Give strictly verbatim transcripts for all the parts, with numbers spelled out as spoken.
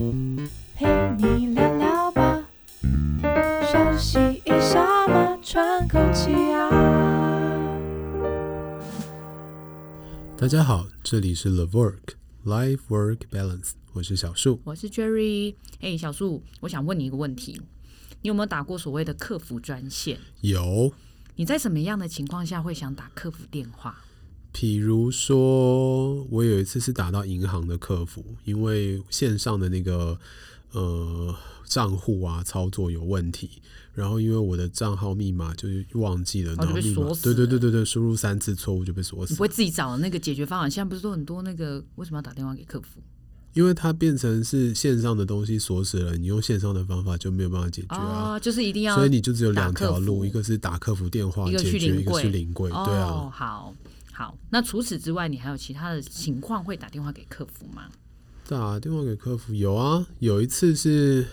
陪你聊聊吧，休息一下嘛，喘口气啊。 大家好，这里是 The Work Life Work Balance， 我是小树， 我是 Jerry。哎，小树，我想问你一个问题，你有没有打过所谓的客服专线？ 有。 你在什么样的情况下会想打客服电话？ 比如说，我有一次是打到银行的客服，因为线上的那个呃账户啊操作有问题，然后因为我的账号密码就是忘记了， 哦、 然后密码对对对对对，输入三次错误就被锁死了。 你不会自己找那个解决方案？现在不是说很多那个为什么要打电话给客服？ 因为它变成是线上的东西锁死了，你用线上的方法就没有办法解决啊， 哦、就是一定要， 所以你就只有两条路，一个是打客服电话解决，一个是临柜， 哦、 对啊。 好。好，那除此之外，你还有其他的情况会打电话给客服吗？ 打电话给客服有啊，有一次是，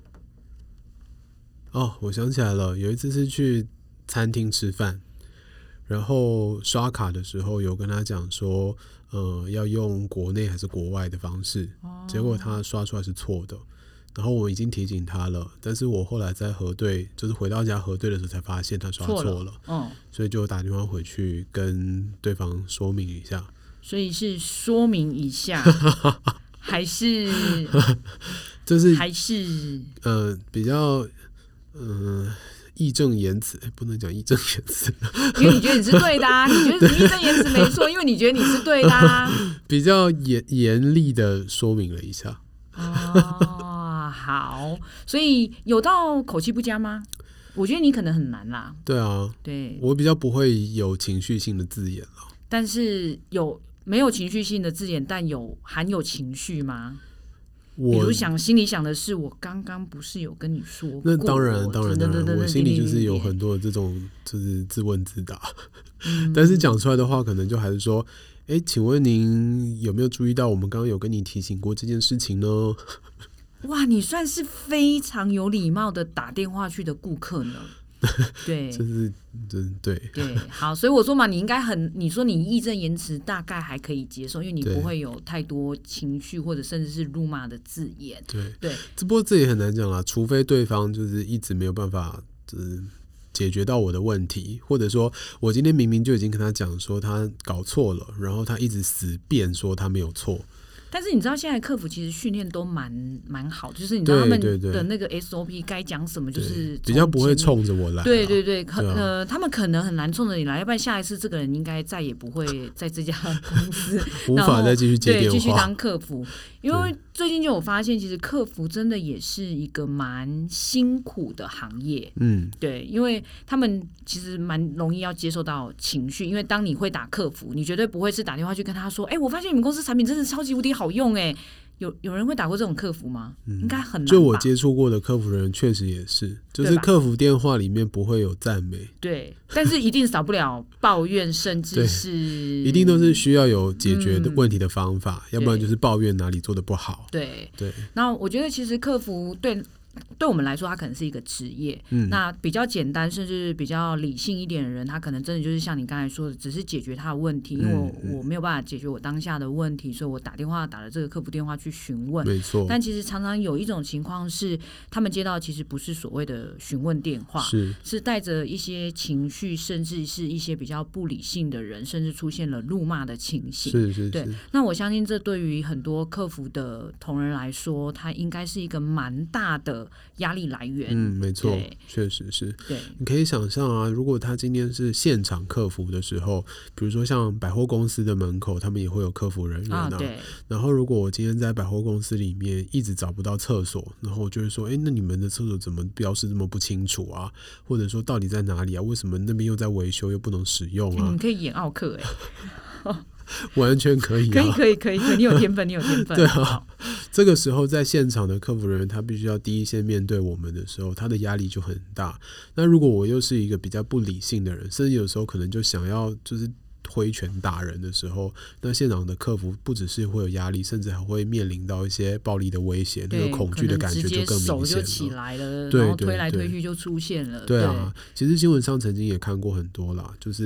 哦，我想起来了，有一次是去餐厅吃饭，然后刷卡的时候有跟他讲说，呃，要用国内还是国外的方式，哦、结果他刷出来是错的。然后我已经提醒他了，但是我后来在核对，就是回到家核对的时候才发现他刷错了，错了嗯、所以就打电话回去跟对方说明一下。 所以是说明一下，还是就是还是呃比较嗯。呃义正言辞，不能讲义正言辞， 因为你觉得你是对的啊，你觉得你义正言辞没错，因为你觉得你是对的啊， 比较严严厉的说明了一下。 哦，好，所以有到口气不佳吗？我觉得你可能很难啦。 对啊， 对， 我比较不会有情绪性的字眼了。 但是有没有情绪性的字眼，但有含有情绪吗？比如想心里想的是，我刚刚不是有跟你说过？ 那当然，当然，当然，我心里就是有很多的这种，就是自问自答。嗯、但是讲出来的话，可能就还是说，哎、欸，请问您有没有注意到我们刚刚有跟你提醒过这件事情呢？ 哇，你算是非常有礼貌的打电话去的顾客呢。对， 就是对对，好，所以我说嘛，你应该很，你说你义正言辞，大概还可以接受，因为你不会有太多情绪或者甚至是辱骂的字眼。 对对， 只不过这也很难讲啦，除非对方就是一直没有办法，就是解决到我的问题，或者说我今天明明就已经跟他讲说他搞错了，然后他一直死辩说他没有错。 但是你知道现在客服其实训练都蛮蛮好，就是你知道他们的那个 S O P 该讲什么，就是比较不会冲着我来。 对对对，可对、啊、呃，他们可能很难冲着你来，要不然下一次这个人应该再也不会在这家公司无法再继续接电话， 对，继续当客服。因为最近就有发现，其实客服真的也是一个蛮辛苦的行业。嗯，对，因为他们其实蛮容易要接受到情绪，因为当你会打客服，你绝对不会是打电话去跟他说，哎、欸，我发现你们公司产品真的超级无敌好用哎、欸。有有人会打过这种客服吗？嗯、应该很难吧。 就我接触过的客服人确实也是，就是客服电话里面不会有赞美， 对，但是一定少不了抱怨，甚至是一定都是需要有解决的问题的方法，嗯、要不然就是抱怨哪里做得不好。 对对。 那我觉得其实客服对。对我们来说，它可能是一个职业、嗯。那比较简单，甚至比较理性一点的人，他可能真的就是像你刚才说的，只是解决他的问题。因为我、嗯、我没有办法解决我当下的问题，所以我打电话打了这个客服电话去询问。 没错。 但其实常常有一种情况是，他们接到其实不是所谓的询问电话， 是是带着一些情绪，甚至是一些比较不理性的人，甚至出现了辱骂的情形。 是是是。 对。那我相信这对于很多客服的同仁来说，它应该是一个蛮大的压力来源。 嗯，没错，确实是。 对， 你可以想象啊，如果他今天是现场客服的时候，比如说像百货公司的门口，他们也会有客服人员啊。 啊对。 然后，如果我今天在百货公司里面一直找不到厕所，然后我就会说，哎，那你们的厕所怎么标示这么不清楚啊？或者说到底在哪里啊？为什么那边又在维修又不能使用啊？ 你可以演奥客哎、欸。 完全可以、啊， 可以可以可以可以，你有天分，你有天分。 对啊，这个时候在现场的客服人员，他必须要第一线面对我们的时候，他的压力就很大。那如果我又是一个比较不理性的人，甚至有时候可能就想要就是挥拳打人的时候，那现场的客服不只是会有压力，甚至还会面临到一些暴力的威胁，那个恐惧的感觉就更明显了。 手就起来了， 对， 然后推来推去就出现了。 对啊，其实新闻上曾经也看过很多啦，就是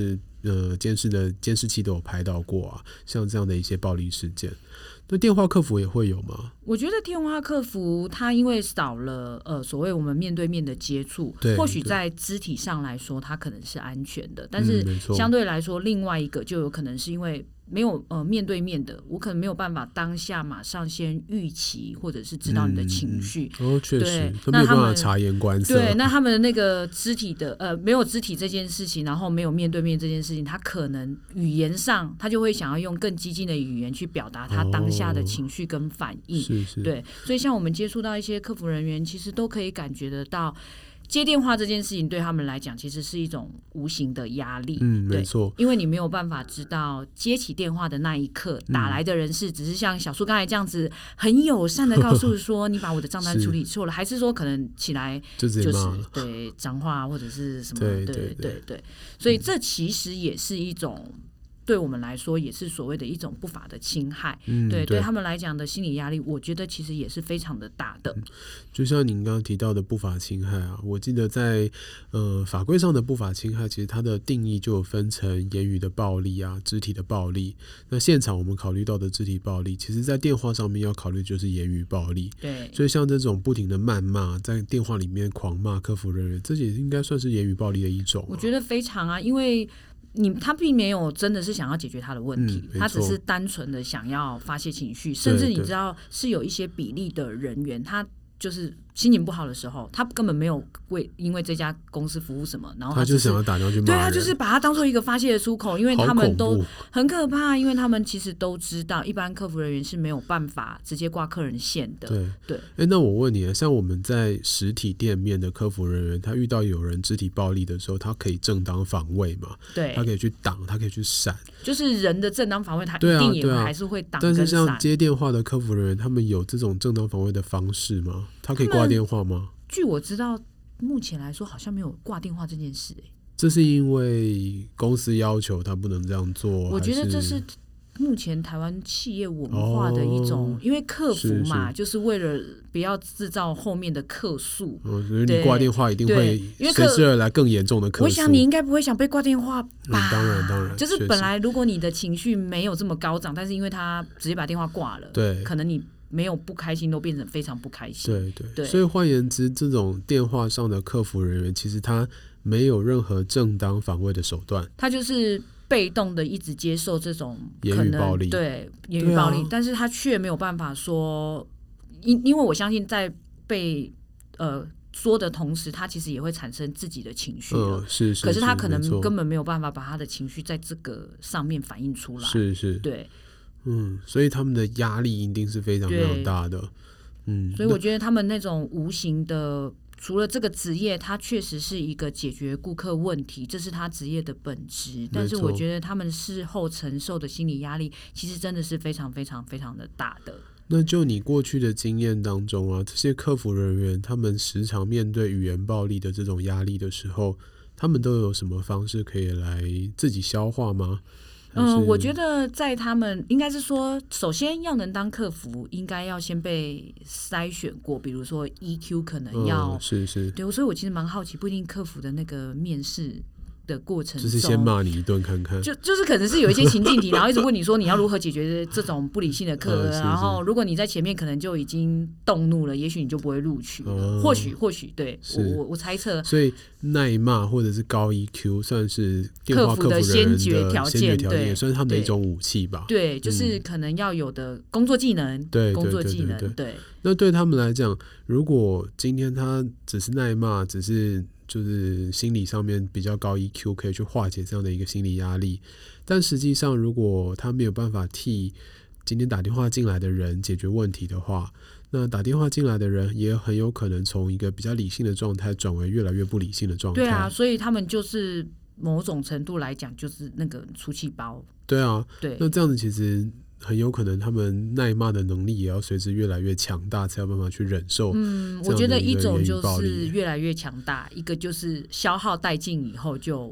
呃监视的监视器都有拍到过啊，像这样的一些暴力事件。那电话客服也会有吗？ 我觉得电话客服它因为少了呃所谓我们面对面的接触，或许在肢体上来说它可能是安全的，但是相对来说另外一个就有可能是因为没有呃面对面的，我可能没有办法当下马上先预期或者是知道你的情绪。 嗯、哦，确实，他没有办法察言观色。 对，那他们的那个肢体的呃没有肢体这件事情，然后没有面对面这件事情，他可能语言上他就会想要用更激进的语言去表达他当下的情绪跟反应。 哦、是是， 对，所以像我们接触到一些客服人员，其实都可以感觉得到。接电话这件事情对他们来讲，其实是一种无形的压力。 嗯，没错， 因为你没有办法知道接起电话的那一刻，打来的人是只是像小树刚才这样子很友善的告诉说你把我的账单处理错了，还是说可能起来就是对脏话或者是什么？ 对对对对 对, 对，所以这其实也是一种。对我们来说也是所谓的一种不法的侵害。 嗯、 对, 对对他们来讲的心理压力我觉得其实也是非常的大的。 就像您刚刚提到的不法侵害啊，我记得在呃法规上的不法侵害其实它的定义就有分成言语的暴力啊，肢体的暴力。那现场我们考虑到的肢体暴力，其实在电话上面要考虑就是言语暴力。 对， 所以像这种不停的谩骂，在电话里面狂骂客服人员，这也应该算是言语暴力的一种、啊、 我觉得非常啊，因为你他并没有真的是想要解决他的问题、嗯、他只是单纯的想要发泄情绪，甚至你知道是有一些比例的人员他就是心情不好的时候，他根本没有为因为这家公司服务什么，然后他, 他就想要打电话去骂人， 对，他就是把它当做一个发泄的出口，因为他们都很可怕，因为他们其实都知道一般客服人员是没有办法直接挂客人线的。 对对， 哎，那我问你，像我们在实体店面的客服人员，他遇到有人肢体暴力的时候，他可以正当防卫嘛？ 对， 他可以去挡，他可以去闪， 就是人的正当防卫，他一定也还是会挡跟闪。 但是像接电话的客服人员，他们有这种正当防卫的方式吗？他可以挂电话吗？ 据我知道，目前来说好像没有挂电话这件事、欸。 这是因为公司要求他不能这样做？ 我觉得这是目前台湾企业文化的一种，哦、因为客服嘛，是是就是为了不要制造后面的客诉。 哦，所以你挂电话一定会随之而来更严重的客诉。 我想你应该不会想被挂电话吧？ 嗯、当然当然， 就是本来如果你的情绪没有这么高涨，但是因为他直接把电话挂了， 对， 可能你没有不开心都变成非常不开心。 对 对, 对， 所以换言之，这种电话上的客服人员其实他没有任何正当防卫的手段， 他就是被动的一直接受这种言语暴力， 对言语暴力、啊，但是他却没有办法说，因因为我相信在被呃说的同时，他其实也会产生自己的情绪了、 嗯、是, 是, 是， 可是他可能根本没有办法把他的情绪在这个上面反映出来， 是是， 对。 嗯，所以他们的压力一定是非常非常大的。嗯， 所以我觉得他们那种无形的，除了这个职业，它确实是一个解决顾客问题，这是他职业的本质。但是我觉得他们事后承受的心理压力，其实真的是非常非常非常的大的。 那就你过去的经验当中啊，这些客服人员他们时常面对语言暴力的这种压力的时候，他们都有什么方式可以来自己消化吗？ 嗯，我觉得在他们应该是说，首先要能当客服，应该要先被筛选过，比如说 E Q 可能要、 嗯、是是， 对，所以我其实蛮好奇，不一定客服的那个面试的过程中， 就是先骂你一顿看看， 就就是可能是有一些情境题，然后一直问你说你要如何解决这种不理性的客人、呃，然后如果你在前面可能就已经动怒了，也许你就不会录取了，呃、或许或许对我我我猜测， 所以耐骂或者是高 E Q 算是电话客服人员的先决条件，对， 也算是他们的一种武器吧。 对，就是可能要有的工作技能， 对、嗯， 工作技能， 对对对对对。 那对他们来讲，如果今天他只是耐骂，只是就是心理上面比较高 E Q 可以去化解这样的一个心理压力，但实际上如果他没有办法替今天打电话进来的人解决问题的话，那打电话进来的人也很有可能从一个比较理性的状态转为越来越不理性的状态。 对啊，所以他们就是某种程度来讲就是那个出气包。 对啊， 对， 那这样子其实很有可能他们耐骂的能力也要随之越来越强大，才有办法去忍受。 嗯，我觉得一种就是越来越强大，一个就是消耗殆尽以后就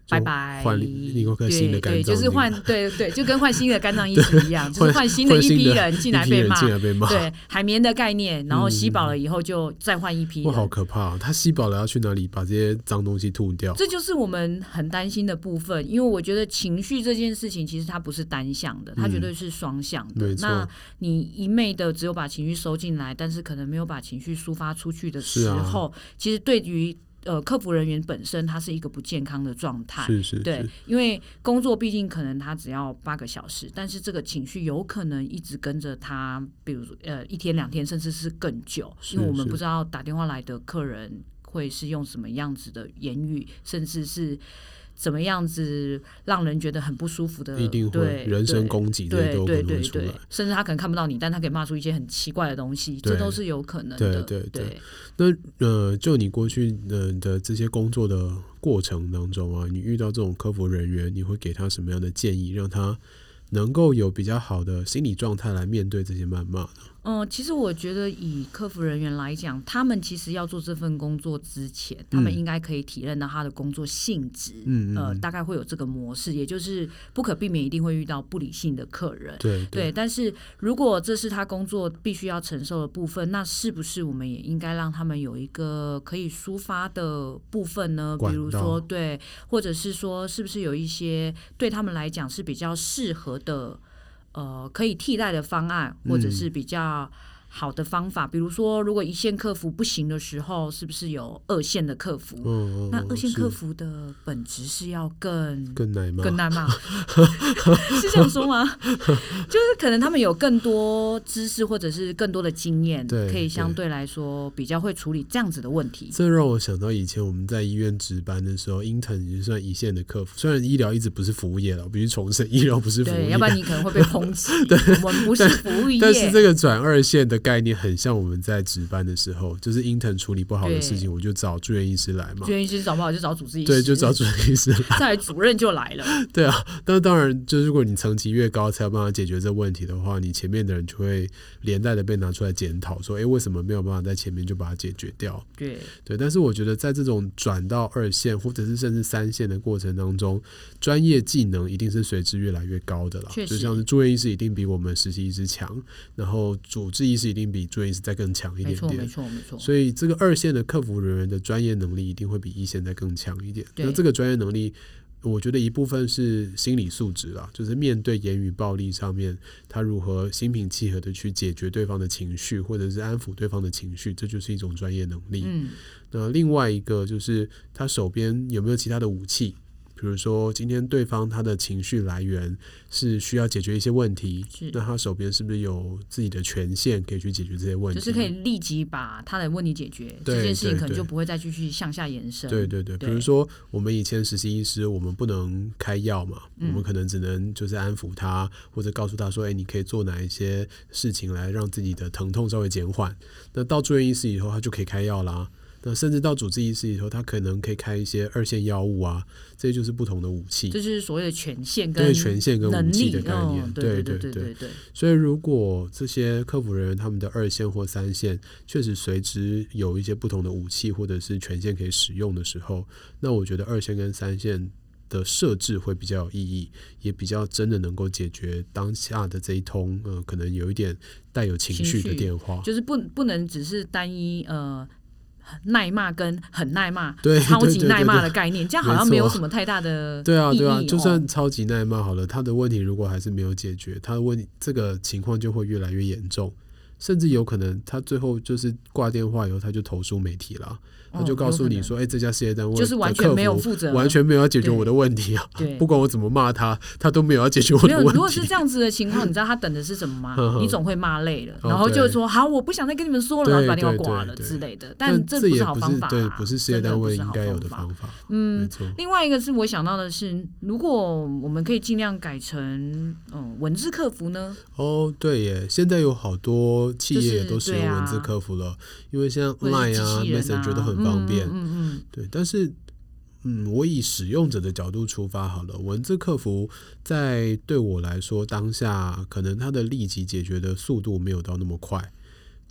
拜拜， 换另外一个新的肝脏， 对对，就是换对对，就跟换新的肝脏医师一样，就是换新的一批人进来被骂，对海绵的概念，然后吸饱了以后就再换一批人。 哇，好可怕、啊！他吸饱了要去哪里把这些脏东西吐掉？ 这就是我们很担心的部分，因为我觉得情绪这件事情其实它不是单向的，它绝对是双向的。 嗯、 那你一昧的只有把情绪收进来，但是可能没有把情绪抒发出去的时候，啊、其实对于呃，客服人员本身它是一个不健康的状态， 是是是， 对，因为工作毕竟可能他只要八个小时，但是这个情绪有可能一直跟着他，比如呃一天两天，甚至是更久，因为我们不知道打电话来的客人会是用什么样子的言语，甚至是怎么样子让人觉得很不舒服的， 一定会人身攻击，这些都可能会出来， 甚至他可能看不到你，但他可以骂出一些很奇怪的东西，这都是有可能的。 对对 对, 对。那呃，就你过去的的这些工作的过程当中啊，你遇到这种客服人员，你会给他什么样的建议，让他能够有比较好的心理状态来面对这些谩骂呢？ 嗯，其实我觉得以客服人员来讲，他们其实要做这份工作之前，他们应该可以体认到他的工作性质，嗯呃，大概会有这个模式，也就是不可避免一定会遇到不理性的客人， 对对, 对。但是如果这是他工作必须要承受的部分，那是不是我们也应该让他们有一个可以抒发的部分呢？比如说，对，或者是说，是不是有一些对他们来讲是比较适合的？呃，可以替代的方案，或者是比较好的方法，嗯、比如说，如果一线客服不行的时候，是不是有二线的客服？嗯、那二线客服的本质是要更更难吗？ 更难吗？是这样说吗？就是可能他们有更多知识，或者是更多的经验，可以相对来说比较会处理这样子的问题。 这让我想到以前我们在医院值班的时候 ，intern 也算一线的客服。虽然医疗一直不是服务业了，必须重申，医疗不是服务业， 对，要不然你可能会被抨击。我们不是服务业， 但是这个转二线的概念很像我们在值班的时候，就是 intern 处理不好的事情，我就找住院医师来嘛。 住院医师找不好就找主治医师， 对，就找主治医师来。 再来主任就来了。 对啊，但当然，就是如果你层级越高，才有办法解决这问题的话，你前面的人就会连带的被拿出来检讨，说，哎，为什么没有办法在前面就把它解决掉？ 对对，但是我觉得在这种转到二线或者是甚至三线的过程当中，专业技能一定是随之越来越高的啦。就像是住院医师一定比我们实习医师强，然后主治医师一定比住院医师再更强一点点。 没错没错。 所以这个二线的客服人员的专业能力一定会比一线再更强一点。那这个专业能力，我觉得一部分是心理素质啦，就是面对言语暴力上面，他如何心平气和的去解决对方的情绪，或者是安抚对方的情绪，这就是一种专业能力。嗯，那另外一个就是他手边有没有其他的武器。比如说今天对方他的情绪来源是需要解决一些问题，那他手边是不是有自己的权限可以去解决这些问题， 就是可以立即把他的问题解决，这件事情可能就不会再继续向下延伸。 对对对，比如说我们以前实习医师，我们不能开药嘛、嗯、我们可能只能就是安抚他，或者告诉他说，哎，你可以做哪一些事情来让自己的疼痛稍微减缓。那到住院医师以后他就可以开药啦，那甚至到主治医师以后，他可能可以开一些二线药物啊，这些就是不同的武器。 这就是所谓的权限跟对权限跟武器的概念。 哦、 对对对 对, 对, 对所以如果这些客服人员他们的二线或三线确实随之有一些不同的武器或者是权限可以使用的时候，那我觉得二线跟三线的设置会比较有意义，也比较真的能够解决当下的这一通呃可能有一点带有情绪的电话， 就是不不能只是单一呃。耐骂跟很耐骂， 对， 超级耐骂的概念，这样好像没有什么太大的意义。 对啊，对啊，就算超级耐骂好了，他的问题如果还是没有解决，他的问题这个情况就会越来越严重，甚至有可能他最后就是挂电话以后，他就投诉媒体了。他就告诉你说，哎、哦欸，这家事业单位就是完全没有负责， 完全没有要解决我的问题啊！不管我怎么骂他，他都没有要解决我的问题。 如果是这样子的情况，你知道他等的是什么吗？你总会骂累了，然后就说、哦、好，我不想再跟你们说了，然后把电话挂了之类的。但这不是好方法、啊， 对，不是事业单位应该有的方法。 嗯，另外一个是我想到的是，如果我们可以尽量改成嗯文字客服呢？ 哦，对耶，现在有好多企业也都使用文字客服了，就是啊、因为像 Line 啊、Messenger 都很方便。嗯嗯嗯，对，但是，嗯，我以使用者的角度出发好了，文字客服在对我来说，当下可能它的立即解决的速度没有到那么快。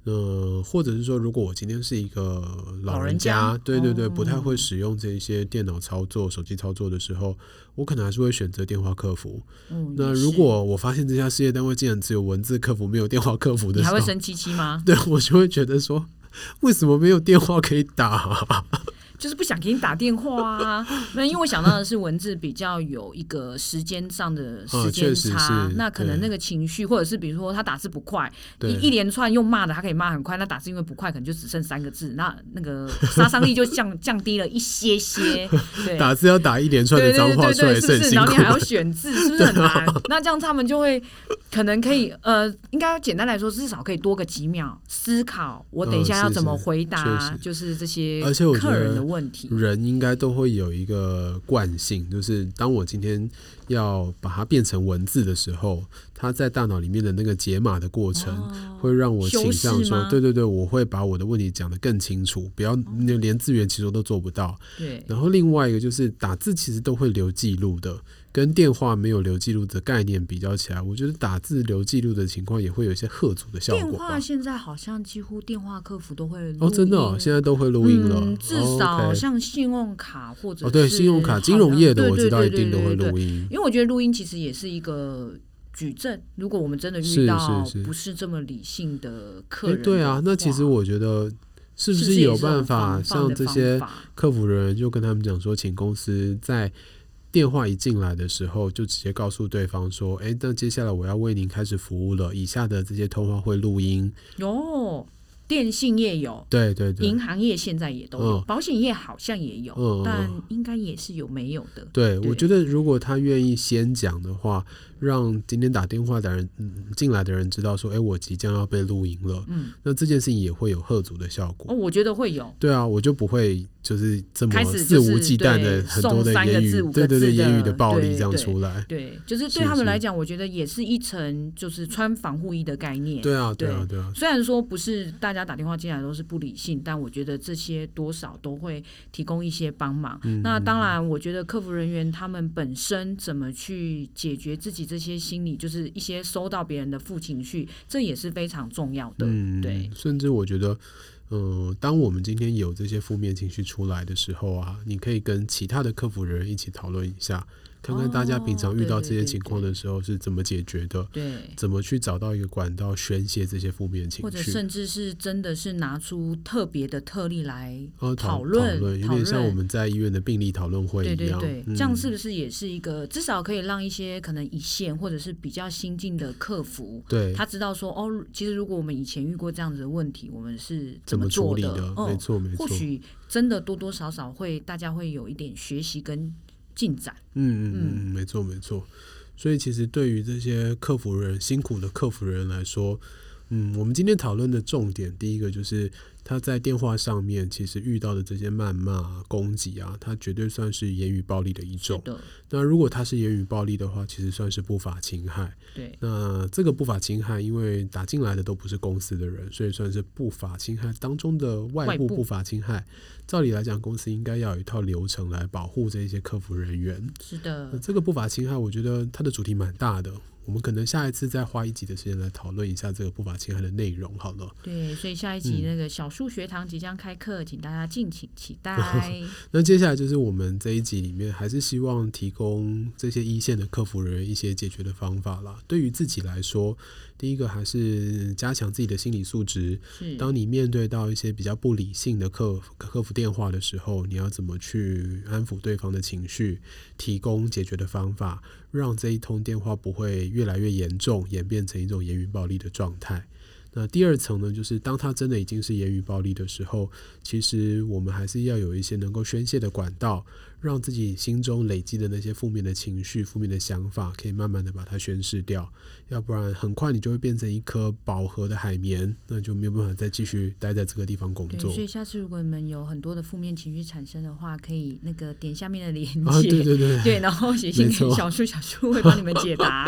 呃，或者是说，如果我今天是一个老人家， 老人家对对对， 哦不太会使用这些电脑操作、手机操作的时候，我可能还是会选择电话客服。 嗯， 那如果我发现这家事业单位竟然只有文字客服，没有电话客服的时候， 你还会生气气吗？ 对，我就会觉得说，为什么没有电话可以打啊？ 就是不想给你打电话啊，那因为我想到的是文字比较有一个时间上的时间差， 哦、 那可能那个情绪，或者是比如说他打字不快， 一一连串用骂的，他可以骂很快，那打字因为不快，可能就只剩三个字，那那个杀伤力就降降低了一些些。对， 打字要打一连串的脏话出来是很辛苦的， 是不是？然后你还要选字，是不是很难？那这样他们就会可能可以呃，应该简单来说，至少可以多个几秒思考，我等一下要怎么回答， 嗯、是是就是这些客人的问题。 人应该都会有一个惯性，就是当我今天要把它变成文字的时候，它在大脑里面的那个解码的过程，哦、会让我倾向说，对对对，我会把我的问题讲得更清楚，不要连字源其实都做不到。 对。 然后另外一个就是打字其实都会留记录的，跟电话没有留记录的概念比较起来，我觉得打字留记录的情况也会有一些吓阻的效果吧。 电话现在好像几乎电话客服都会录音哦，真的、哦，现在都会录音了。 嗯、至少像信用卡或者是、 哦、对信用卡、金融业的我知道一定都会录音， 因为我觉得录音其实也是一个举证。如果我们真的遇到不是这么理性的客人的， 对啊，那其实我觉得。是不是有办法像这些客服人员就跟他们讲说，请公司在电话一进来的时候就直接告诉对方说，哎，那接下来我要为您开始服务了，以下的这些通话会录音。 有电信业有， 对对对， 银行业现在也都有，嗯、保险业好像也有，嗯、但应该也是有没有的。 对，对我觉得如果他愿意先讲的话，让今天打电话的人、嗯、进来的人知道说，哎，我即将要被录音了，嗯，那这件事情也会有吓阻的效果。 哦，我觉得会有。 对啊，我就不会就是这么肆无忌惮的很多的言语，对对对，言语的暴力这样出来。 对，对就是对他们来讲，我觉得也是一层就是穿防护衣的概念。 对啊，对啊，对啊。 虽然说不是大家打电话进来都是不理性，但我觉得这些多少都会提供一些帮忙。嗯、那当然，我觉得客服人员他们本身怎么去解决自己这些心理，就是一些收到别人的负情绪，这也是非常重要的。嗯，对。 甚至我觉得，嗯、呃，当我们今天有这些负面情绪出来的时候啊，你可以跟其他的客服人员一起讨论一下。看看大家平常遇到这些情况的时候是怎么解决的， 对， 怎么去找到一个管道宣泄这些负面情绪， 或者甚至是真的是拿出特别的特例来讨论， 讨论，有点像我们在医院的病例讨论会一样。对对对，嗯、这样是不是也是一个至少可以让一些可能一线或者是比较新进的客服， 对， 他知道说哦，其实如果我们以前遇过这样子的问题，我们是怎么做的？处理的？ 哦、 没错没错， 或许真的多多少少会大家会有一点学习跟进展。 嗯嗯嗯，没错没错。所以其实对于这些客服人辛苦的客服人来说，嗯，我们今天讨论的重点，第一个就是他在电话上面其实遇到的这些谩骂、攻击啊，他绝对算是言语暴力的一种。那如果他是言语暴力的话，其实算是不法侵害。 对。 那这个不法侵害，因为打进来的都不是公司的人，所以算是不法侵害当中的外部不法侵害。照理来讲，公司应该要有一套流程来保护这些客服人员。 是的。 这个不法侵害，我觉得它的主题蛮大的。我们可能下一次再花一集的时间来讨论一下这个不法侵害的内容好了。 对，所以下一集那个小树学堂即将开课，嗯、请大家敬请期待。 那接下来就是我们这一集里面还是希望提供这些一线的客服人员一些解决的方法啦。对于自己来说，第一个还是加强自己的心理素质。当你面对到一些比较不理性的客客服电话的时候，你要怎么去安抚对方的情绪，提供解决的方法，让这一通电话不会越来越严重，演变成一种言语暴力的状态。那第二层呢，就是当他真的已经是言语暴力的时候，其实我们还是要有一些能够宣泄的管道，让自己心中累积的那些负面的情绪、负面的想法，可以慢慢的把它宣释掉。要不然很快你就会变成一颗饱和的海绵，那就没有办法再继续待在这个地方工作。 对，所以下次如果你们有很多的负面情绪产生的话，可以那个点下面的连结， 啊、对对对对，然后写信给小树，小树会帮你们解答。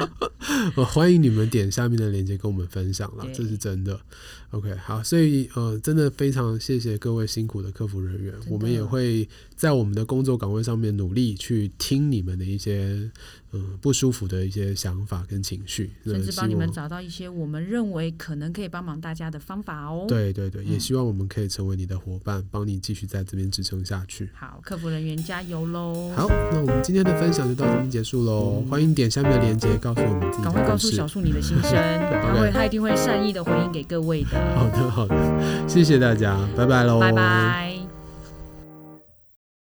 呃、欢迎你们点下面的链接跟我们分享啦，这是真的。OK， 好，所以呃，真的非常谢谢各位辛苦的客服人员，我们也会在我们的工作岗位上面努力去听你们的一些嗯、呃、不舒服的一些想法跟情绪， 甚至帮你们找到一些我们认为可能可以帮忙大家的方法哦。 对对对，也希望我们可以成为你的伙伴，帮你继续在这边支撑下去。 好，客服人员加油喽！ 好，那我们今天的分享就到这边结束喽。欢迎点下面的链接，告诉我们自己的故事， 赶快告诉小树你的心声，他会他一定会善意的回应给各位的。 好的好的，谢谢大家，拜拜喽， 拜拜。